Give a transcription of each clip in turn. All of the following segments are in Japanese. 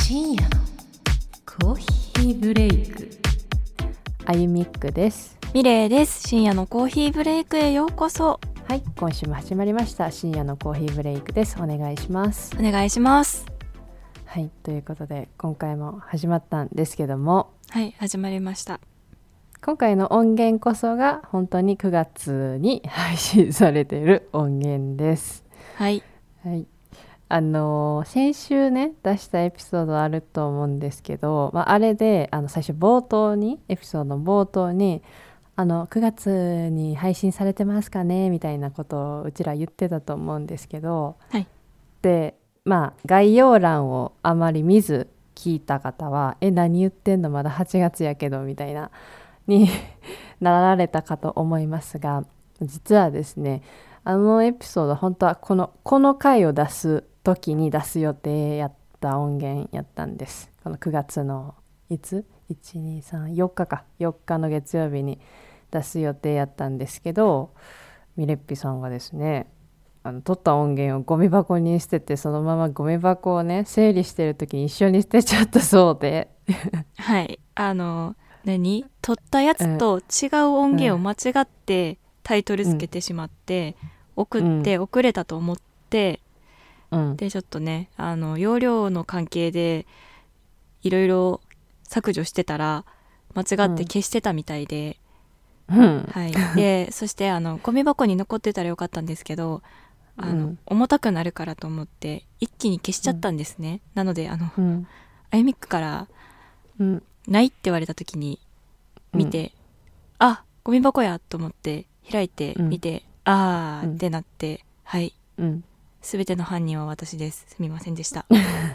深夜のコーヒーブレイク。 あゆみっくです。 ミレイです。深夜のコーヒーブレイクへようこそ。 はい、今週も始まりました深夜のコーヒーブレイクです。お願いします。 お願いします。 はい、ということで今回も始まったんですけども、 はい、始まりました。 今回の音源こそが本当に9月に配信されている音源です。 はい、 はい、先週ね出したエピソードあると思うんですけど、あれで最初冒頭にエピソードの冒頭に9月に配信されてますかねみたいなことをうちら言ってたと思うんですけど、 はい、 で概要欄をあまり見ず聞いた方は何言ってんのまだ8月やけどみたいなになられたかと思いますが、実はですねエピソード本当はこの回を出す時に出す予定やった音源やったんです。この9月のいつ ?1,2,3,4 日か4日の月曜日に出す予定やったんですけど、ミレッピさんがですね撮った音源をゴミ箱に捨てて、そのままゴミ箱をね整理してる時に一緒に捨てちゃったそうではい、撮ったやつと違う音源を間違ってタイトルつけてしまって、遅れたと思って、でちょっとね容量の関係でいろいろ削除してたら間違って消してたみたいで、はい、でそしてゴミ箱に残ってたらよかったんですけど重たくなるからと思って一気に消しちゃったんですね。なのでアイミックから、ないって言われた時に見て、あ、ゴミ箱やと思って開いて見て、あーってなって、はい、すべての犯人は私です。すみませんでした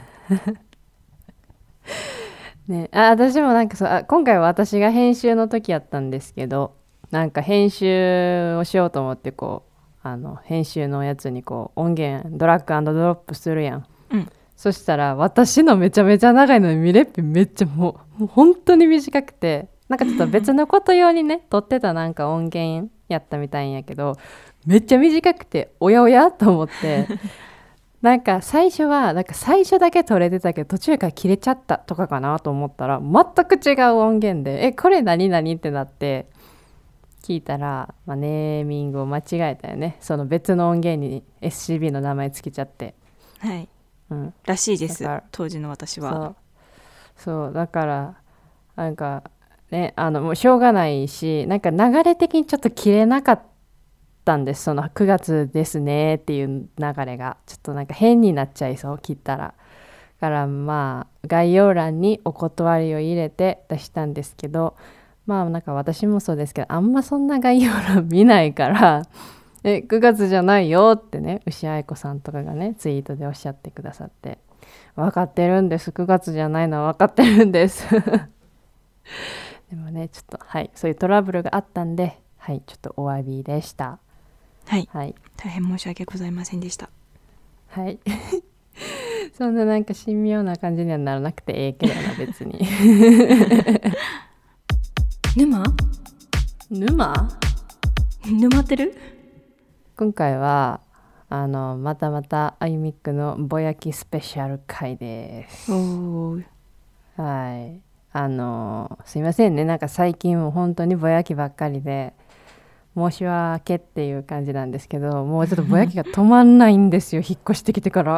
ね、私も今回は私が編集の時やったんですけど、編集をしようと思って編集のやつに音源ドラッグ&ドロップするやん、そしたら私のめちゃめちゃ長いのにミレッピめっちゃもう本当に短くて、ちょっと別のこと用にね撮ってた音源やったみたいんやけど、めっちゃ短くておやおやと思って最初だけ撮れてたけど途中から切れちゃったとかかなと思ったら全く違う音源でこれ何ってなって聞いたら、ネーミングを間違えたよね。その別の音源に SCB の名前つけちゃって、 はい、らしいです。当時の私はそうだからねもうしょうがないし、流れ的にちょっと切れなかったんです。その9月ですねっていう流れがちょっと変になっちゃいそう、切ったら。だから概要欄にお断りを入れて出したんですけど、私もそうですけどあんまそんな概要欄見ないから9月じゃないよってね、牛愛子さんとかがねツイートでおっしゃってくださって、分かってるんです、9月じゃないのは分かってるんですでもねちょっとそういうトラブルがあったんで、ちょっとお詫びでした。 はい、大変申し訳ございませんでした。 はいそんな神妙な感じにはならなくてええけどな別に沼ってる？ 今回はまたアイミックのぼやきスペシャル回です。はい、すいませんね、最近も本当にぼやきばっかりで申し訳っていう感じなんですけど、もうちょっとぼやきが止まんないんですよ引っ越してきてから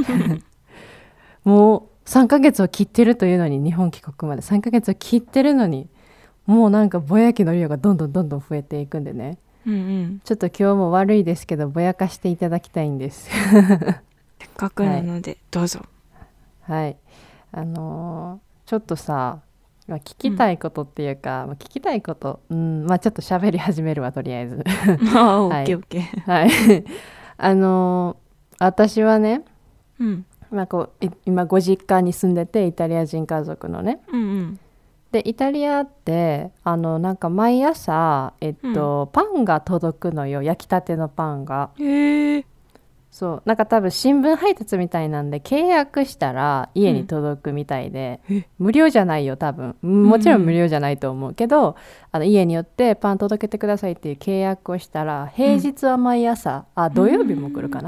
もう3ヶ月を切ってるというのに、日本帰国まで3ヶ月を切ってるのにもうぼやきの量がどんどん増えていくんでね、ちょっと今日も悪いですけどぼやかしていただきたいんですせっかくなので、どうぞ。 はい、ちょっとさ、聞きたいことっていうか、聞きたいこと、ちょっと喋り始めるわとりあえずオッケーオッケー。 はい私はね、今ご実家に住んでて、イタリア人家族のね、でイタリアって毎朝、パンが届くのよ、焼きたてのパンが。そう多分新聞配達みたいなんで契約したら家に届くみたいで、無料じゃないよ多分、もちろん無料じゃないと思うけど、家によってパン届けてくださいっていう契約をしたら、平日は毎朝、土曜日も来るかな、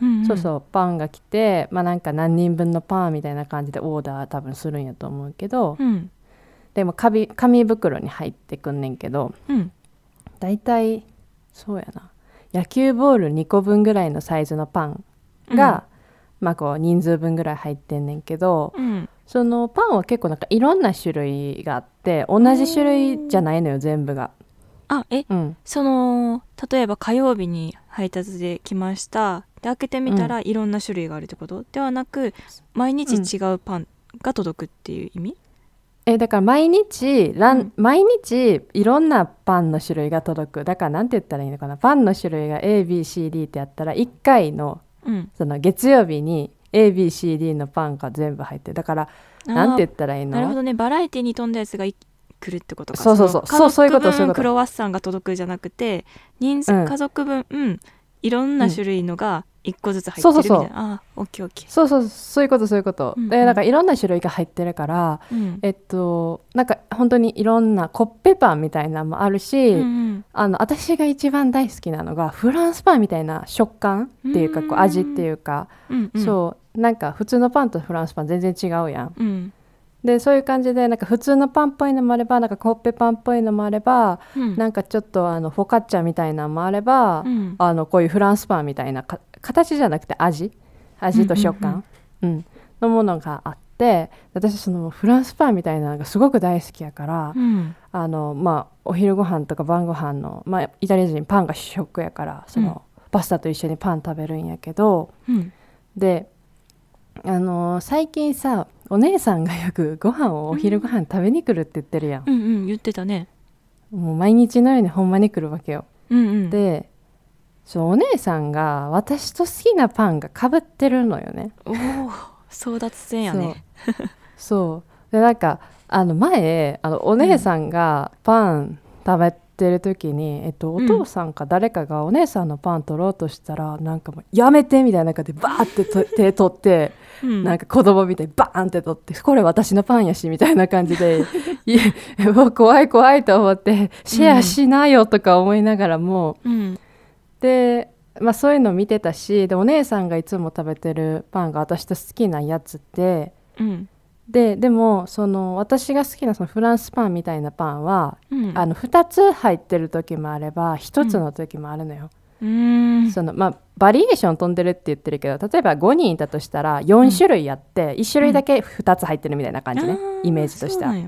そうそうパンが来て、まあなんか何人分のパンみたいな感じでオーダー多分するんやと思うけど、でも紙袋に入ってくんねんけど、だいたいそうやな野球ボール2個分ぐらいのサイズのパンが、まあこう人数分ぐらい入ってんねんけど、そのパンは結構なんかいろんな種類があって同じ種類じゃないのよ全部が。 その例えば火曜日に配達で来ましたで開けてみたらいろんな種類があるってこと、ではなく毎日違うパンが届くっていう意味？ だから毎日いろんなパンの種類が届く。だからなんて言ったらいいのかな、パンの種類が ABCD ってやったら1回の、その月曜日に ABCD のパンが全部入ってる。だからなんて言ったらいいの？ なるほどね、バラエティに富んだやつが来るってことか。 そうそうそうそういうこと。 クロワッサンが届くじゃなくて家族分、いろんな種類のが1個ずつ入ってるみたいな。オッケーオッケー。 そういうこと、でなんかいろんな種類が入ってるから、なんか本当にいろんなコッペパンみたいなのもあるし、私が一番大好きなのがフランスパンみたいな食感っていうかこう味っていうか、そうなんか普通のパンとフランスパン全然違うやん、でそういう感じでなんか普通のパンっぽいのもあればなんかコッペパンっぽいのもあれば、なんかちょっとフォカッチャみたいなのもあれば、こういうフランスパンみたいな形じゃなくて味と食感、のものがあって、私そのフランスパンみたいなのがすごく大好きやから、まあお昼ご飯とか晩ご飯の、まあ、イタリア人パンが主食やからその、パスタと一緒にパン食べるんやけど、で最近さお姉さんがよくご飯をお昼ご飯食べに来るって言ってるやん。 言ってたね。 もう毎日のようにほんまに来るわけよ。でそうお姉さんが私と好きなパンがかぶってるのよね。 争奪戦やね。 そうでなんか前お姉さんがパン食べてる時に、お父さんか誰かがお姉さんのパン取ろうとしたら、なんかもうやめてみたいな感じでバーって手取って、なんか子供みたいにバーンって取って、これ私のパンやしみたいな感じでもう怖い怖いと思ってシェアしなよとか思いながらも、で、まあ、そういうの見てたし、でお姉さんがいつも食べてるパンが私と好きなやつで、でもその私が好きなそのフランスパンみたいなパンは、2つ入ってる時もあれば1つの時もあるのよ。そのまあ、バリエーション飛んでるって言ってるけど、例えば5人いたとしたら4種類やって、1種類だけ2つ入ってるみたいな感じね、イメージとしては。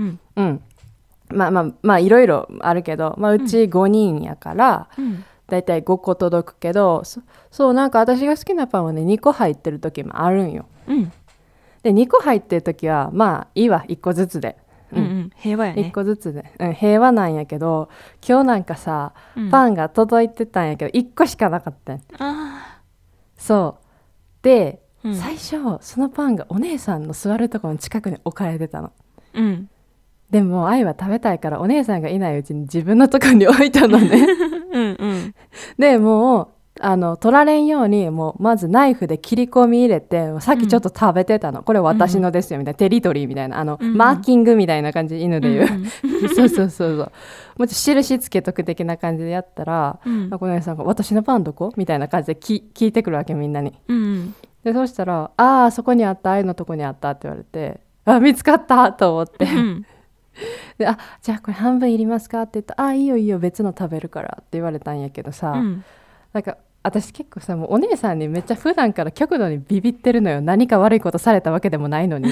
まあいろいろあるけど、まあ、うち5人やから、だいたい5個届くけど、そうなんか私が好きなパンはね2個入ってる時もあるんよ。で2個入ってる時はまあいいわ、1個ずつで、 平和やね。 1個ずつで、平和なんやけど、今日なんかさ、パンが届いてたんやけど1個しかなかったん。そうで、最初そのパンがお姉さんの座るところの近くに置かれてたの。でも愛は食べたいからお姉さんがいないうちに自分のところに置いたのね。でもう取られんようにもうまずナイフで切り込み入れて、さっきちょっと食べてたの、これ私のですよみたいな、テリトリーみたいなマーキングみたいな感じ、犬で言う、そうもうちょっと印つけとく的な感じでやったら、お姉さんが私のパンどこみたいな感じで聞いてくるわけ、みんなに。でそうしたらあそこにあった、愛のとこにあったって言われて、見つかったと思って、でじゃあこれ半分いりますかって言ったら、いいよいいよ別の食べるからって言われたんやけどさ、なんか私結構さ、もうお姉さんにめっちゃ普段から極度にビビってるのよ。何か悪いことされたわけでもないのに、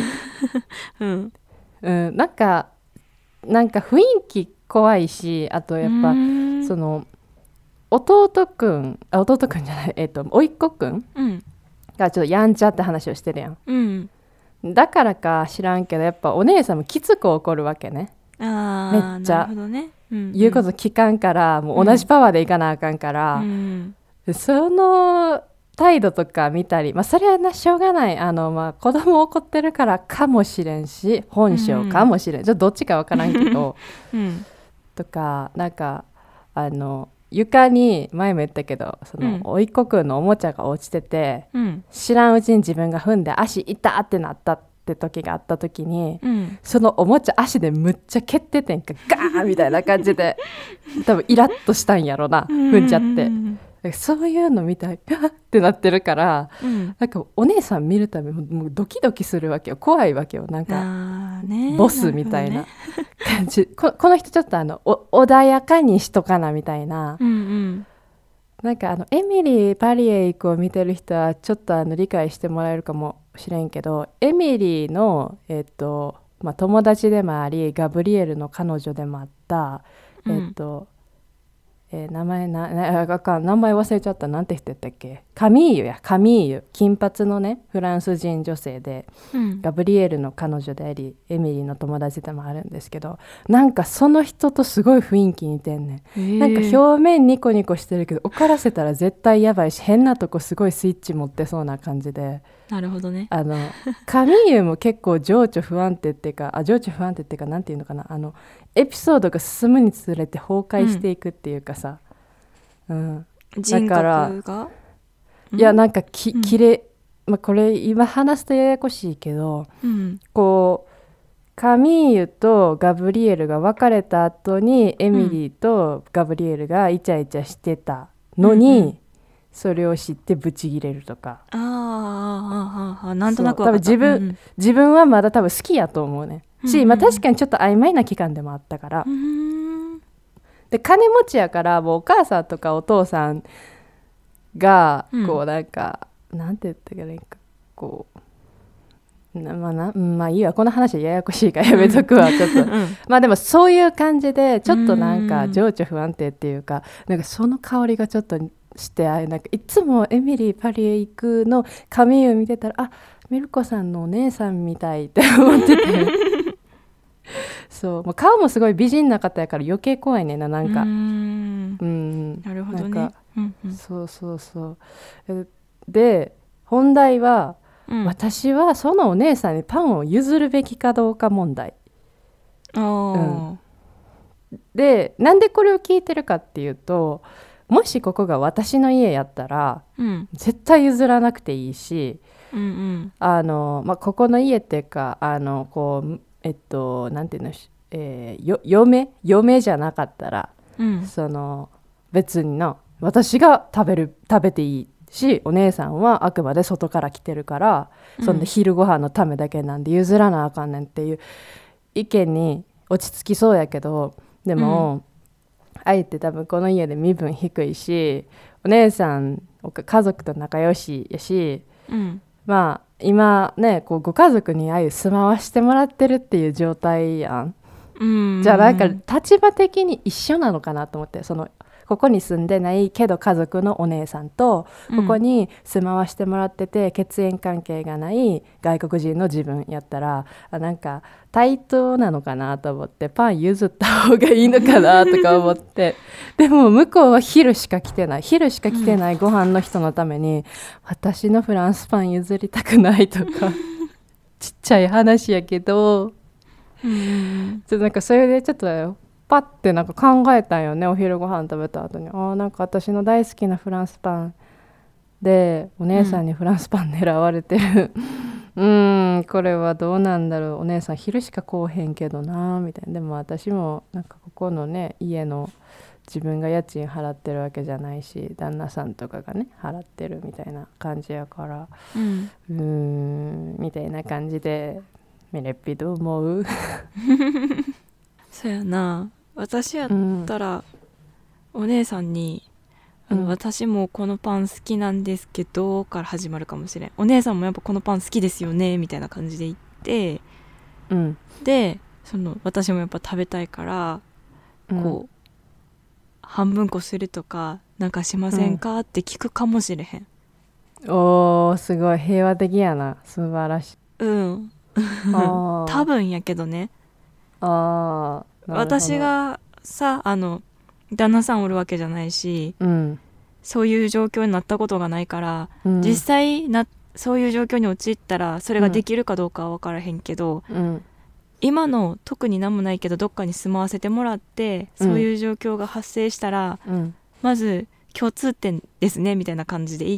なんか雰囲気怖いし、あとやっぱその弟くんじゃない、甥っ子くんがちょっとやんちゃって話をしてるやん、だからか知らんけどやっぱお姉さんもきつく怒るわけね。めっちゃ、言うこと聞かんから、もう同じパワーでいかなあかんから、その態度とか見たり、それはなしょうがない、子供怒ってるからかもしれんし本性かもしれん、ちょっとどっちかわからんけど、とかなんか床に前も言ったけど、その甥っ子くんのおもちゃが落ちてて、知らんうちに自分が踏んで足痛ってなったって時があった時に、そのおもちゃ足でむっちゃ蹴っててんか、ガーンみたいな感じで多分イラッとしたんやろな、踏んじゃって。 そういうの見たいってなってるから、 うんなんかお姉さん見るたびもうドキドキするわけよ、怖いわけよ、なんかね、 ボスみたいな感じ、この人ちょっと穏やかにしとかなみたいな、 うんうんなんかエミリー・パリエイクを見てる人はちょっと理解してもらえるかもしれんけど、エミリーの友達でもありガブリエルの彼女でもあった名前忘れちゃった。なんて人やったっけ。カミーユ、金髪のねフランス人女性で、ガブリエルの彼女でありエミリーの友達でもあるんですけど、なんかその人とすごい雰囲気似てんねん。なんか表面ニコニコしてるけど怒らせたら絶対やばいし、変なとこすごいスイッチ持ってそうな感じで。 なるほどね。 カミーユも結構情緒不安定っていうかなんていうのかな、エピソードが進むにつれて崩壊していくっていうかさ、 人格がいやなんかきれ、これ今話すとややこしいけど、こうカミーユとガブリエルが別れた後にエミリーとガブリエルがイチャイチャしてたのに、それを知ってブチギレるとか、 なんとなく分かった。 多分自分はまだ多分好きやと思うね、確かにちょっと曖昧な期間でもあったから、で金持ちやからもうお母さんとかお父さんがこうなんか、なんて言ったらいいか、こうまあいいわ、この話はややこしいからやめとくわ、ちょっとまあでもそういう感じでちょっとなんか情緒不安定っていうか、なんかその香りがちょっとして、なんかいつもエミリー・パリエイクの髪を見てたら、ミルコさんのお姉さんみたいって思っててそう、顔もすごい美人な方やから余計怖いねんな、なんかなるほどね。 そうで本題は、私はそのお姉さんにパンを譲るべきかどうか問題。でなんでこれを聞いてるかっていうと、もしここが私の家やったら、絶対譲らなくていいし、ここの家っていうかこうなんていうの、嫁じゃなかったら、その別に私が食べていいし、お姉さんはあくまで外から来てるから、そんな昼ご飯のためだけなんで譲らなあかんねんっていう意見に落ち着きそうやけど、でも、あえて多分この家で身分低いし、お姉さん家族と仲良しやし、まあ今ねこうご家族に住まわしてもらってるっていう状態やん、じゃあなんか立場的に一緒なのかなと思って、ここに住んでないけど家族のお姉さんと、ここに住まわしてもらってて血縁関係がない外国人の自分やったら、なんか対等なのかなと思って、パン譲った方がいいのかなとか思ってでも向こうは昼しか来てないご飯の人のために、私のフランスパン譲りたくないとかちっちゃい話やけど、なんかそれでちょっとパッてなんか考えたんよね、お昼ご飯食べた後に。なんか私の大好きなフランスパンでお姉さんにフランスパン狙われてる、これはどうなんだろう、お姉さん昼しか来おへんけどなみたいな。でも私もなんかここのね家の自分が家賃払ってるわけじゃないし、旦那さんとかがね払ってるみたいな感じやから、みたいな感じで、ミレッピどう思うそうやな、私やったら、お姉さんに私もこのパン好きなんですけどから始まるかもしれん。お姉さんもやっぱこのパン好きですよねみたいな感じで言って、で私もやっぱ食べたいから、こう半分こするとかなんかしませんか、って聞くかもしれへん。 すごい平和的やな、素晴らしい。 多分やけどね。私がさ旦那さんおるわけじゃないし、そういう状況になったことがないから、実際そういう状況に陥ったらそれができるかどうかは分からへんけど、今の特に何もないけどどっかに住まわせてもらって、そういう状況が発生したら、まず共通点ですねみたいな感じで言って、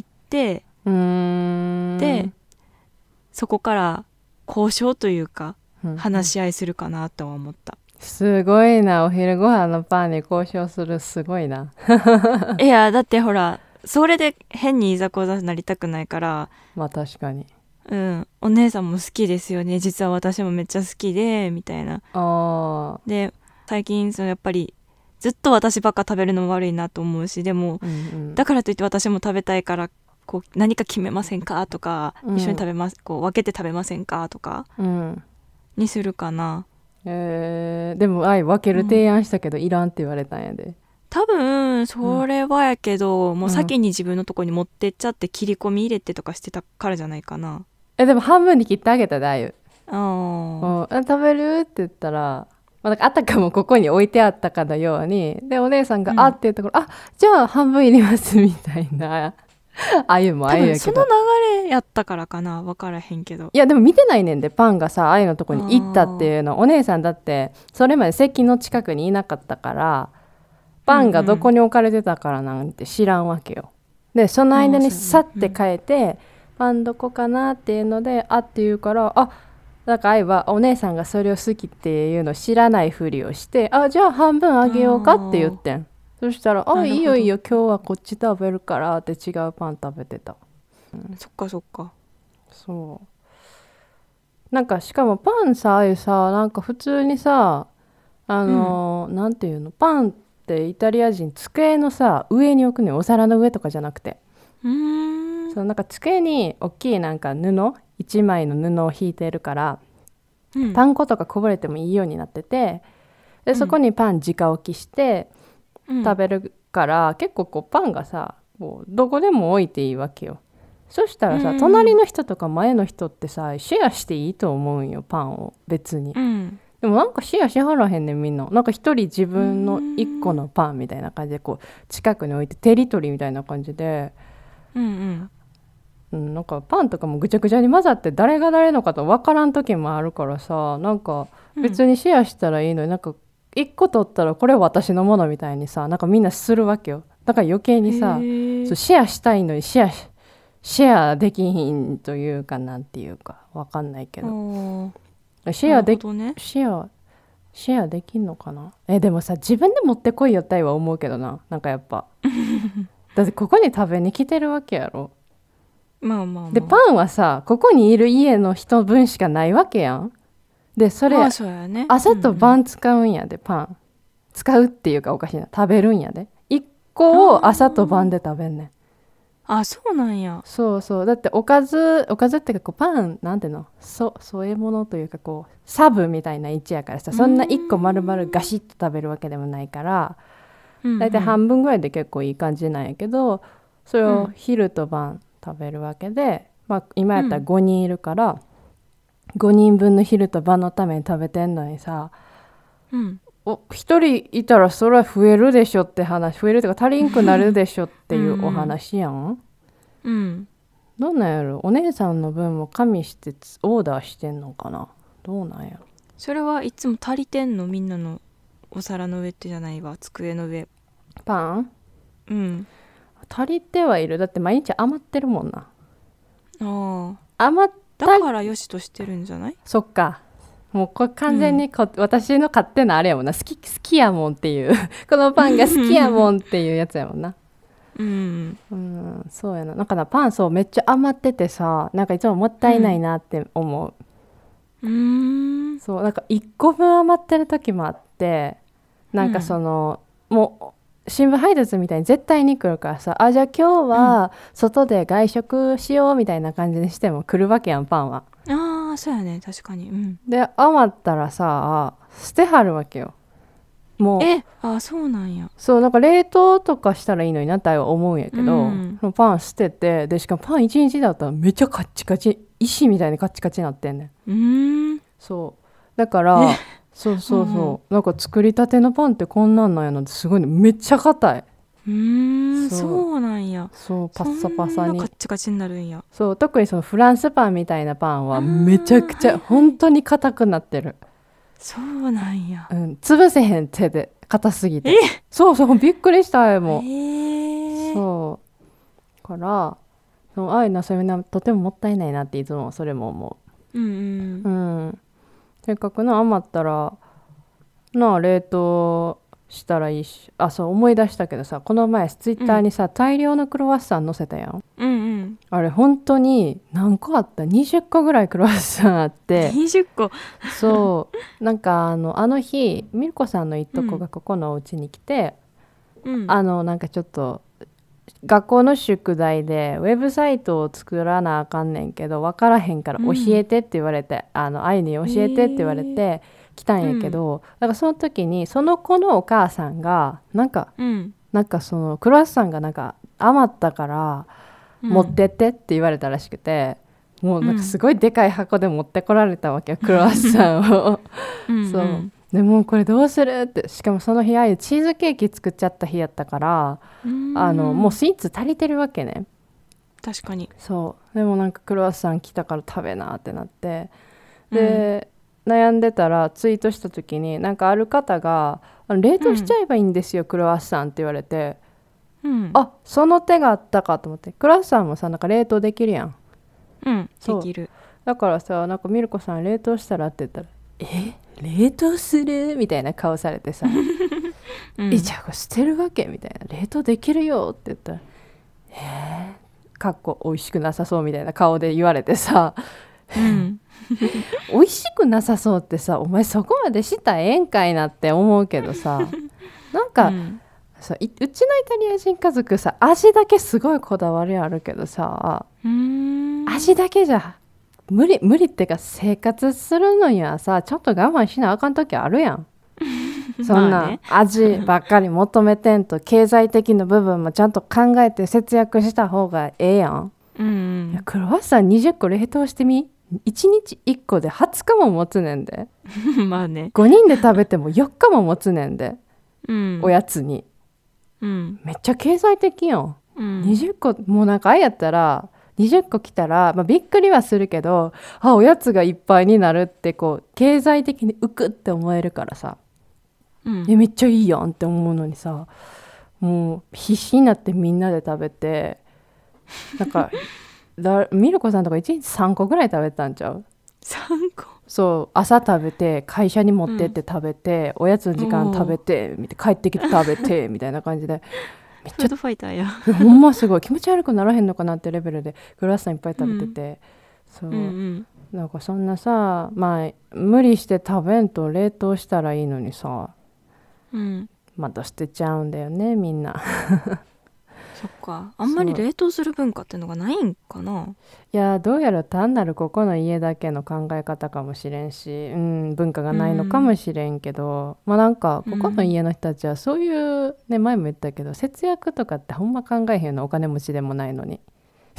でそこから交渉というか話し合いするかなとは思った。 すごいな、お昼ご飯のパンに交渉する、すごいな。 いやだってほらそれで変にいざこざになりたくないから、 まあ確かに。 お姉さんも好きですよね、実は私もめっちゃ好きでみたいな。で最近やっぱりずっと私ばっか食べるのも悪いなと思うし、でも、だからといって私も食べたいからこう何か決めませんかとか、一緒に食べます、こう分けて食べませんかとかにするかな。 でも分ける提案したけど、いらんって言われたんやで。 多分それはやけど、もう先に自分のとこに持ってっちゃって切り込み入れてとかしてたからじゃないかな。 でも半分に切ってあげたで、あゆ食べるって言ったら、なんかあたかもここに置いてあったかのように、でお姉さんが、あって言ったから、じゃあ半分いりますみたいな。あゆもあゆやけど、 その流れやったからかな、分からへんけど。 いやでも見てないねんで、パンがさあゆのとこに行ったっていうの。お姉さんだってそれまで席の近くにいなかったから、パンがどこに置かれてたからなんて知らんわけよ。でその間にさって変えて、パンどこかなっていうので、あって言うから、だから愛はお姉さんがそれを好きっていうのを知らないふりをして、じゃあ半分あげようかって言ってん。そしたら、いいよいいよ、今日はこっち食べるからって違うパン食べてた。 そっかそっか。 そうなんかしかもパンさ、なんか普通にさ、なんていうの、パンってイタリア人机のさ上に置くのよ。お皿の上とかじゃなくて、そうなんか机に大きいなんか1枚の布を引いてるから、パン粉とかこぼれてもいいようになってて、でそこにパン直置きして食べるから、結構こうパンがさもうどこでも置いていいわけよ。そしたらさ、隣の人とか前の人ってさシェアしていいと思うんよ、パンを別に。でもなんかシェアしはらへんねん、みんな。なんか一人自分の一個のパンみたいな感じでこう近くに置いて、テリトリーみたいな感じで、なんかパンとかもぐちゃぐちゃに混ざって誰が誰のかと分からん時もあるからさ、なんか別にシェアしたらいいのに、なんか一個取ったらこれ私のものみたいにさ、なんかみんなするわけよ。だから余計にさ、そうシェアしたいのにシェアできひんというか、なんていうか分かんないけど、シェアできんのかな。でもさ、自分で持ってこいよったいは思うけどな。なんかやっぱだってここに食べに来てるわけやろ。でパンはさここにいる家の人分しかないわけやん。でそれ、 そうやね、 朝と晩使うんやで、パン使うっていうかおかしいな、食べるんやで。1個を朝と晩で食べんねん。 そうなんや。 そうだっておかずっていうかこうパンなんていうの、添え物というかこうサブみたいな位置やからさ、そんな1個丸々ガシッと食べるわけでもないから、だいたい半分ぐらいで結構いい感じなんやけど、それを昼と晩食べるわけで、今やったら5人いるから、5人分の昼と晩のために食べてんのにさ、1人いたらそれは増えるでしょって話、増えるというか足りんくなるでしょっていうお話やん。どうなんやろ、お姉さんの分も加味してオーダーしてんのかな、どうなんやろ。 それはいつも足りてんの、みんなのお皿の上ってじゃないわ、机の上。 パン足りてはいる。だって毎日余ってるもんな。余っただからよしとしてるんじゃない。 そっか、もうこれ完全に私の勝手なあれやもんな、好きやもんっていうこのパンが好きやもんっていうやつやもんな。そうやな。なんかな、パンめっちゃ余っててさ、なんかいつももったいないなって思う。そうなんか1個分余ってる時もあって、なんかもう新聞配達みたいに絶対に来るからさ、じゃあ今日は外で外食しようみたいな感じにしても来るわけやん、パンは。 そうやね、確かに。 で余ったらさ捨てはるわけよ。もうそうなんや。 そうなんか冷凍とかしたらいいのになっては思うんやけど、そのパン捨てて、でしかもパン1日だったらめっちゃカッチカチ、石みたいにカッチカチになってんねん。そうだからそうなんか作りたてのパンってこんなんなんやなって、すごいね、めっちゃ硬い。 そうなんや。 そうパッサパサにカッチカチになるんや。 そう特にそのフランスパンみたいなパンはめちゃくちゃ本当に硬くなってる。 そうなんや。 潰せへん、手で硬すぎて。そうびっくりしたよ、もう。そうからああいうのはそういうのとてももったいないなっていつもそれも思う。せっかく余ったら冷凍したらいいし、あ、そう思い出したけどさ、この前ツイッターにさ、大量のクロワッサン載せたやん。 うんうん。 あれ本当に何個あった？ 20 個ぐらいクロワッサンあって 20個。 そうなんかあの日ミルコさんのいとこがここのお家に来て、 うん。 なんかちょっと学校の宿題でウェブサイトを作らなあかんねんけど分からへんから教えてって言われて、あゆに教えてって言われて来たんやけど、だからその時にその子のお母さんがなんかそのクロワッサンがなんか余ったから持ってってって言われたらしくて、もうなんかすごいでかい箱で持ってこられたわけよ、クロワッサンをそうでもうこれどうするって、しかもその日ああいうチーズケーキ作っちゃった日やったから、もうスイーツ足りてるわけね。 確かに。 そうでもなんかクロワッサン来たから食べなってなって、で、悩んでたらツイートした時になんかある方が冷凍しちゃえばいいんですよ、クロワッサンって言われて、あ、その手があったかと思って。クロワッサンもさなんか冷凍できるやん。 できる。 だからさなんかミルコさん冷凍したらって言ったら冷凍するみたいな顔されてさじゃあこれ捨てるわけみたいな、冷凍できるよって言ったらかっこ美味しくなさそうみたいな顔で言われてさ、美味しくなさそうってさ、お前そこまでしたらええんかいなって思うけどさなんか、うちのイタリア人家族さ味だけすごいこだわりあるけどさ、味だけじゃ無理ってか生活するのにはさちょっと我慢しなあかん時あるやんそんな味ばっかり求めてんと経済的な部分もちゃんと考えて節約した方がええやん。いやクロワッサン20個冷凍してみ、1日1個で20日も持つねんでまあね。 5人で食べても4日も持つねんで、おやつに、めっちゃ経済的やん、20個もうなんかあれやったら20個来たら、びっくりはするけど、おやつがいっぱいになるってこう経済的にウクって思えるからさ、めっちゃいいやんって思うのにさ、もう必死になってみんなで食べて、なんかミルコさんとか1日3個ぐらい食べたんちゃう ？3個。 そう朝食べて会社に持ってって食べて、おやつの時間食べて帰ってきて食べてみたいな感じでめっちゃフードファイターや。 ほんますごい気持ち悪くならへんのかなってレベルでクロワッサンいっぱい食べてて、そう、なんかそんなさ、無理して食べんと冷凍したらいいのにさ、また捨てちゃうんだよねみんなそっか、あんまり冷凍する文化ってのがないんかな。 いやどうやら単なるここの家だけの考え方かもしれんし、文化がないのかもしれんけど、なんかここの家の人たちはそういうね、前も言ったけど節約とかってほんま考えへんの、お金持ちでもないのに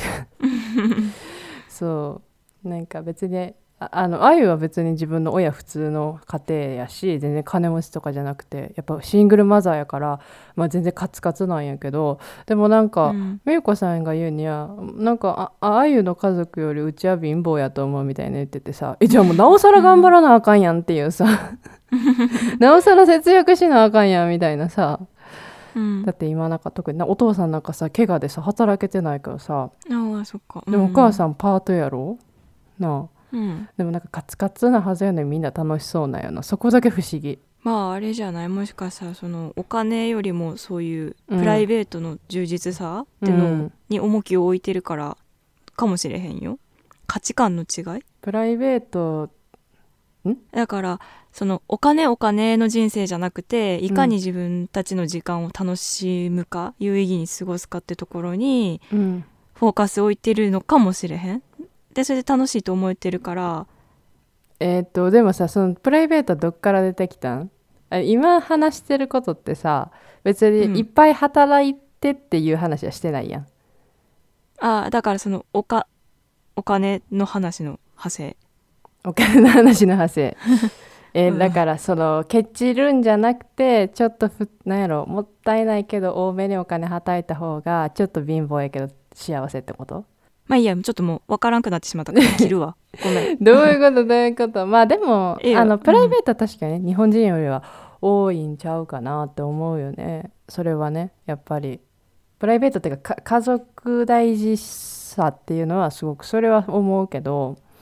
そうなんか別にあゆは別に自分の親普通の家庭やし全然金持ちとかじゃなくてやっぱシングルマザーやから、全然カツカツなんやけど、でもなんか美代子さんが言うにはなんかあゆの家族よりうちは貧乏やと思うみたいな言っててさ、じゃあもうなおさら頑張らなあかんやんっていうさなおさら節約しなあかんやんみたいなさ、だって今なんか特にお父さんなんかさ怪我でさ働けてないからさ、 そっか、 でもお母さんパートやろなあ、でもなんかカツカツなはずやのにみんな楽しそうなんやな、そこだけ不思議。 あれじゃない、もしかしたらそのお金よりもそういうプライベートの充実さってのに重きを置いてるからかもしれへんよ。価値観の違い。 プライベートだからそのお金の人生じゃなくて、いかに自分たちの時間を楽しむか、有意義に過ごすかってところにフォーカスを置いてるのかもしれへん。でそれで楽しいと思えてるから。 でもさ、そのプライベートはどっから出てきたん？今話してることってさ別にいっぱい働いてっていう話はしてないやん。 だからそのお金の話の派生。 お金の話の派生だからそのケチるんじゃなくてちょっとなんやろ、もったいないけど多めにお金はたいた方がちょっと貧乏やけど幸せってこと？ いいや、ちょっともう分からんくなってしまったから切るわごめんどういうことでもプライベートは確かに、日本人よりは多いんちゃうかなって思うよね。それはね、やっぱりプライベートっていうか家族大事さっていうのはすごくそれは思うけど、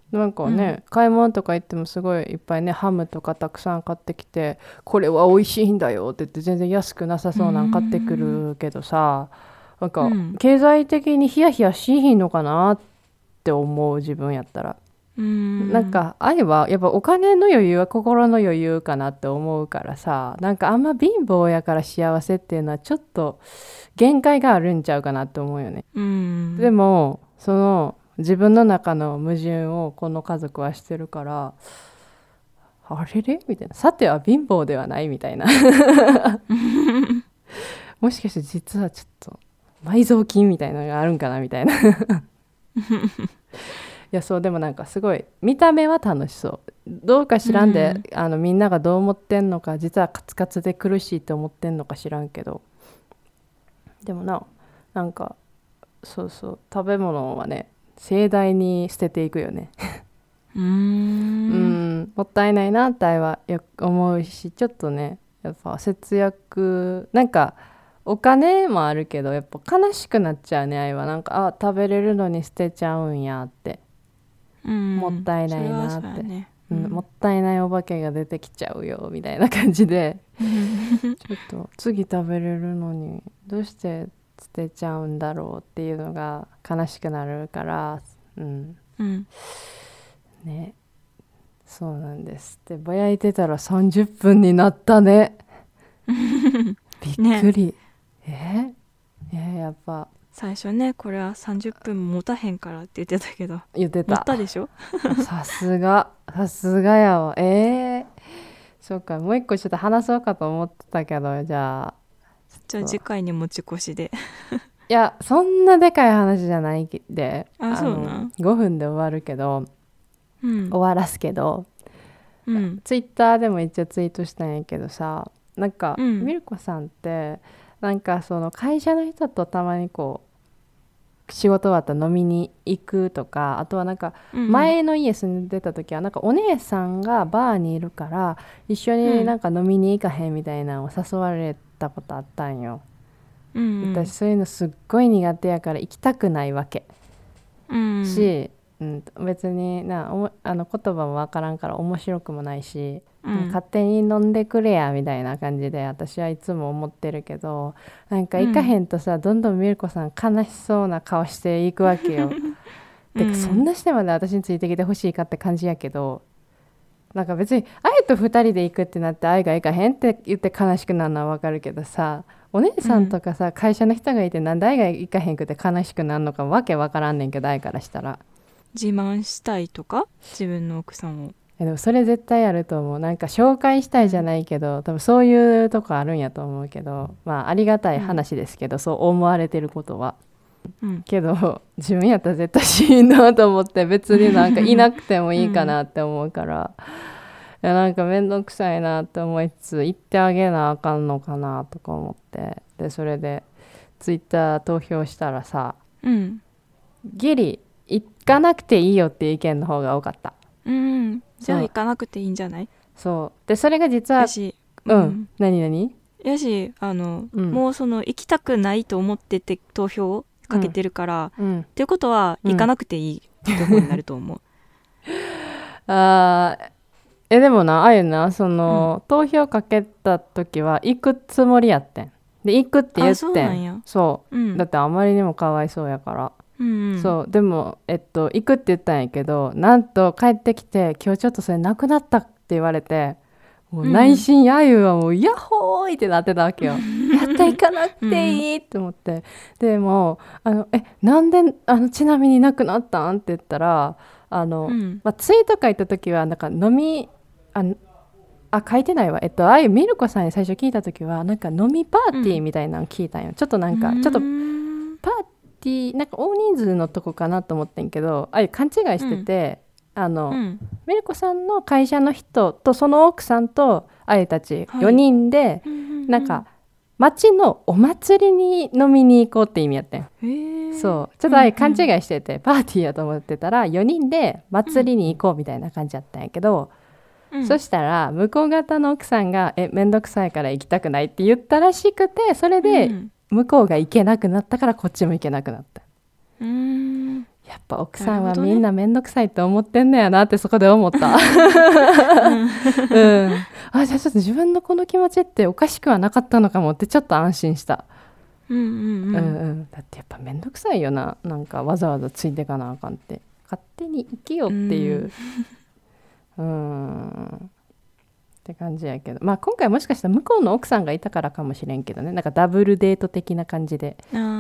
なんかね、買い物とか行ってもすごいいっぱいねハムとかたくさん買ってきて、これは美味しいんだよって言って全然安くなさそうなん買ってくるけどさ、なんか経済的にヒヤヒヤしひんのかなって思う自分やったら、なんか愛はやっぱお金の余裕は心の余裕かなって思うからさ、なんかあんま貧乏やから幸せっていうのはちょっと限界があるんちゃうかなって思うよね。でもその自分の中の矛盾をこの家族はしてるから、あれれみたいな、さては貧乏ではないみたいなもしかして実はちょっと埋蔵金みたいなのがあるんかなみたいないやそう、でもなんかすごい見た目は楽しそう。どうか知らんで、みんながどう思ってんのか、実はカツカツで苦しいって思ってんのか知らんけど、でもなんかそうそう、食べ物はね盛大に捨てていくよねもったいないなって愛はよく思うし、ちょっとねやっぱ節約、なんかお金もあるけどやっぱ悲しくなっちゃうね愛は。なんか食べれるのに捨てちゃうんやって、もったいないなって、もったいないお化けが出てきちゃうよみたいな感じでちょっと次食べれるのにどうして捨てちゃうんだろうっていうのが悲しくなるから、ね、そうなんです。でぼやいてたら30分になったねびっくり、やっぱ最初ねこれは30分も持たへんからって言ってたけど、 言ってた。 持ったでしょさすがやわ。そうか、もう一個ちょっと話そうかと思ってたけど、じゃあ次回に持ち越しでいやそんなでかい話じゃないで、 そうなん 5分で終わるけど、終わらすけど、ツイッターでも一応ツイートしたんやけどさ、なんか、ミルコさんってなんかその会社の人とたまにこう仕事終わったら飲みに行くとか、あとはなんか前の家住んでた時はなんかお姉さんがバーにいるから一緒になんか飲みに行かへんみたいなのを誘われたことあったんよ。私そういうのすっごい苦手やから行きたくないわけ、し、別に言葉もわからんから面白くもないし、勝手に飲んでくれやみたいな感じで私はいつも思ってるけど、なんか行かへんとさ、どんどんミルコさん悲しそうな顔していくわけよてかそんなしてまで私についてきてほしいかって感じやけど、なんか別に愛と2人で行くってなって愛が行かへんって言って悲しくなるのはわかるけどさ、お姉さんとかさ、会社の人がいてなんで愛が行かへんくて悲しくなるのかわけわからんねんけど、愛からしたら自慢したいとか自分の奥さんを。 でもそれ絶対あると思う。なんか紹介したいじゃないけど、多分そういうとこあるんやと思うけど、まあありがたい話ですけど、そう思われてることは、けど自分やったら絶対しんどいと思って、別になんかいなくてもいいかなって思うから、いやなんか面倒くさいなって思いつつ行ってあげなあかんのかなとか思って、でそれでツイッター投票したらさ、ギリ行かなくていいよっていう意見の方が多かった。 じゃあ行かなくていいんじゃない。 そうで、それが実は何やしもうその行きたくないと思ってて投票をかけてるから、っていうことは行かなくていいってとこになると思うでもな、あゆな、その、投票かけた時は行くつもりやってん。で行くって言ってん。 そうなんや。 そう、だってあまりにもかわいそうやから、そうでも行くって言ったんやけど、なんと帰ってきて今日ちょっとそれなくなったって言われて、もう内心あゆはもうヤッホーイってなってたわけよやった行かなくていいって思って、でもなんでちなみになくなったんって言ったら、ツイート書いた時はなんか飲み書いてないわ。あゆミルコさんに最初聞いた時はなんか飲みパーティーみたいなの聞いたんよ。ちょっとなんかちょっとパーティーなんか大人数のとこかなと思ってんけど、あゆ勘違いしてて、ミルコさんの会社の人とその奥さんとあゆたち4人で、なんか町のお祭りに飲みに行こうって意味やってん。そうちょっとあゆ勘違いしてて、パーティーやと思ってたら4人で祭りに行こうみたいな感じやったんやけど、そしたら向こう方の奥さんがめんどくさいから行きたくないって言ったらしくて、それで向こうが行けなくなったからこっちも行けなくなった。いやっぱ奥さんはみんなめんどくさいって思ってんのやなってそこで思った、あ、じゃあちょっと自分のこの気持ちっておかしくはなかったのかもってちょっと安心した。だってやっぱめんどくさいよな、なんかわざわざついてかなあかんって、勝手に行けよっていうって感じやけど、まあ今回もしかしたら向こうの奥さんがいたからかもしれんけどね、なんかダブルデート的な感じで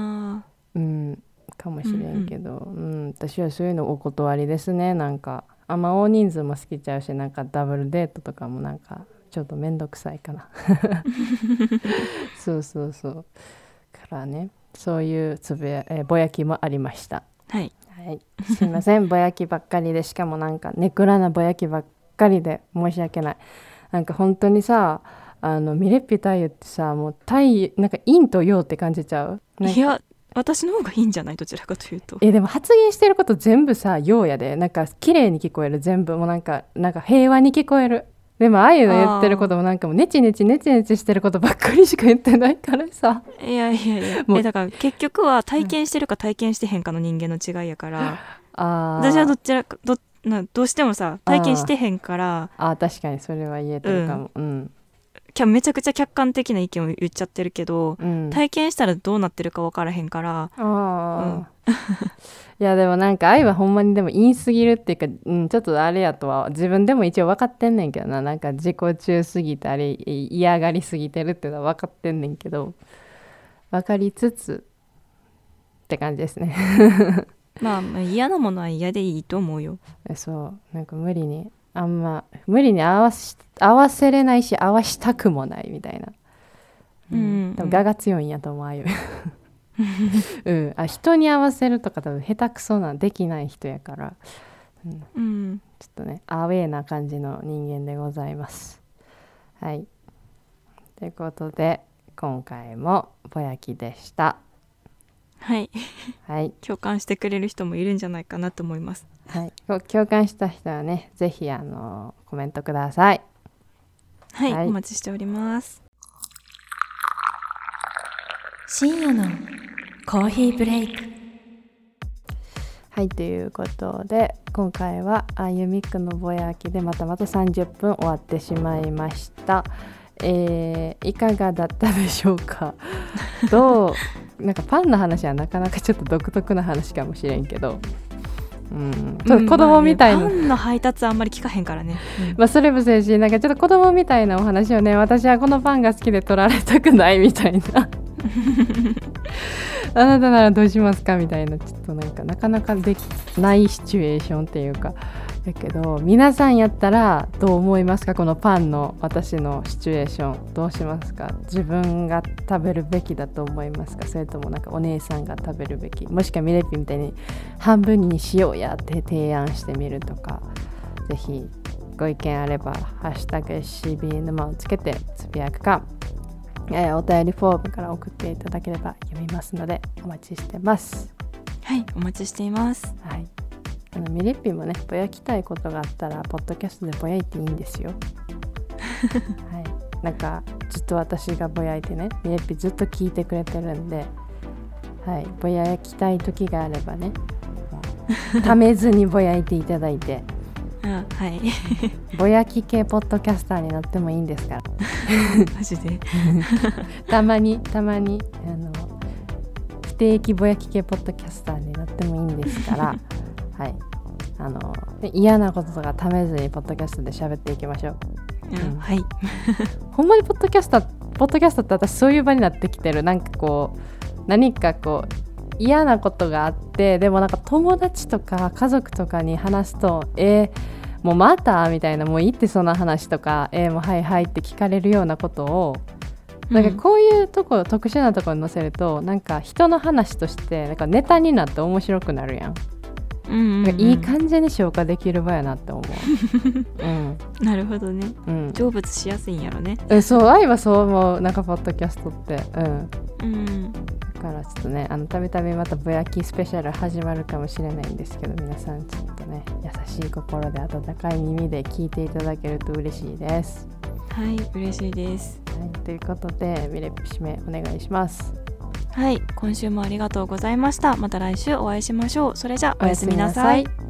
かもしれんけど、私はそういうのお断りですね。なんかあんま大人数も好きちゃうし、なんかダブルデートとかもなんかちょっとめんどくさいかなそうからね、そういうぼやきもありました。 はい、 すいませんぼやきばっかりで、しかもなんかネクラなぼやきばっかりで申し訳ない。なんか本当にさ、ミレッピ太陽ってさ、もうなんか陰と陽って感じちゃう。 いや私の方がいいんじゃない、どちらかというと。 でも発言してること全部さ陽やで、なんか綺麗に聞こえる、全部もうなんか平和に聞こえる。でもああいうの言ってることもなんかもうネチネチしてることばっかりしか言ってないからさ。 いやだから結局は体験してるか体験してへんかの人間の違いやから、私はどうしてもさ体験してへんから。 確かにそれは言えてるかも。 めちゃくちゃ客観的な意見を言っちゃってるけど、体験したらどうなってるか分からへんから。 いやでもなんか愛はほんまにでも言い過ぎるっていうか、ちょっとあれやとは自分でも一応分かってんねんけどな、なんか自己中すぎたり嫌がりすぎてるっていうのは分かってんねんけど、分かりつつって感じですねまあ嫌なものは嫌でいいと思うよ。 そうなんか無理に合わせれないし合わしたくもないみたいな、多分我が強いんやと思う、ああいう人に合わせるとか多分下手くそなできない人やから、ちょっとねアウェーな感じの人間でございます。はいということで今回もぼやきでした。 はい、共感してくれる人もいるんじゃないかなと思います。 共感した人はねぜひコメントください。 お待ちしております。 深夜のコーヒーブレイク。 ということで今回はユミックのぼやきでまた30分終わってしまいました。いかがだったでしょうかなんかパンの話はなかなかちょっと独特な話かもしれんけど、ちょっと子供みたいな、 パンの配達あんまり聞かへんからね、 それもそうやし、なんかちょっと子供みたいなお話をね、私はこのパンが好きで取られたくないみたいなあなたならどうしますかみたいな、ちょっとなんかなかなかできないシチュエーションっていうかだけど、皆さんやったらどう思いますか？このパンの私のシチュエーションどうしますか？自分が食べるべきだと思いますか？それともなんかお姉さんが食べるべき、もしくはミレピみたいに半分にしようやって提案してみるとか、ぜひご意見あればハッシュタグ SCB 沼をつけてつぶやくか、お便りフォームから送っていただければ読みますのでお待ちしてます。 お待ちしています。 ミレッピもねぼやきたいことがあったらポッドキャストでぼやいていいんですよなんかずっと私がぼやいてね、ミレッピずっと聞いてくれてるんで、ぼやきたい時があればねためずにぼやいていただいてぼやき系ポッドキャスターになってもいいんですからマジでたまに不定期ぼやき系ポッドキャスターになってもいいんですから嫌なこととかためずにポッドキャストで喋っていきましょう。ほんまにポッドキャストって私そういう場になってきてる。なんかこう何かこう嫌なことがあって、でもなんか友達とか家族とかに話すともうまたみたいな、もういいってその話とかもうはいって聞かれるようなことを、なんかこういうとこ特殊なところに載せるとなんか人の話としてなんかネタになって面白くなるやん。いい感じに消化できる場やなって思うなるほどね、成仏しやすいんやろね。 そう愛はそう思う。なんかポッドキャストってだからちょっとねたびたびまたぼやきスペシャル始まるかもしれないんですけど、皆さんちょっとね優しい心で温かい耳で聞いていただけると嬉しいです。 嬉しいです。 ということでミレッピ締めお願いします。 はい、今週もありがとうございました。また来週お会いしましょう。それじゃあおやすみなさい。